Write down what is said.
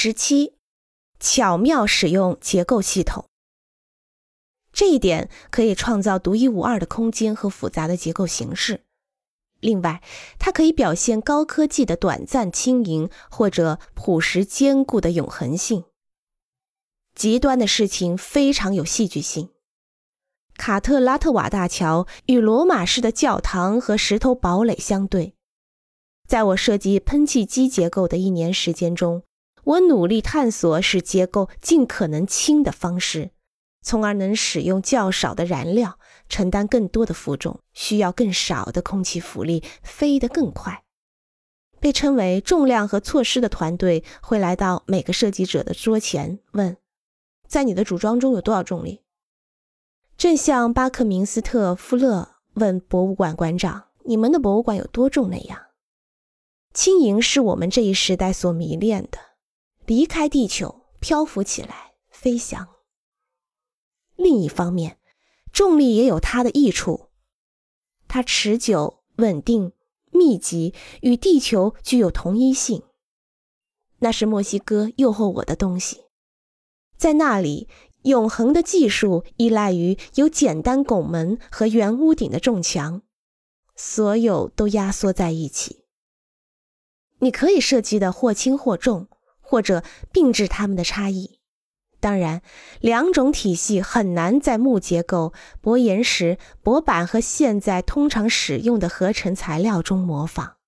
17. 巧妙使用结构系统。这一点可以创造独一无二的空间和复杂的结构形式。另外，它可以表现高科技的短暂轻盈，或者朴实坚固的永恒性。极端的事情非常有戏剧性。卡特拉特瓦大桥与罗马式的教堂和石头堡垒相对。在我设计喷气机结构的1年时间中，我努力探索使结构尽可能轻的方式，从而能使用较少的燃料，承担更多的负重，需要更少的空气浮力，飞得更快。被称为重量和措施的团队会来到每个设计者的桌前，问：在你的组装中有多少重力？正像巴克明斯特·富勒问博物馆馆长：你们的博物馆有多重那样。轻盈是我们这一时代所迷恋的，离开地球，漂浮起来，飞翔。另一方面，重力也有它的益处，它持久、稳定、密集，与地球具有同一性。那是墨西哥诱惑我的东西。在那里，永恒的技术依赖于有简单拱门和圆屋顶的重墙，所有都压缩在一起。你可以设计的或轻或重，或者并置它们的差异。当然，两种体系很难在木结构、薄岩石、薄板和现在通常使用的合成材料中模仿。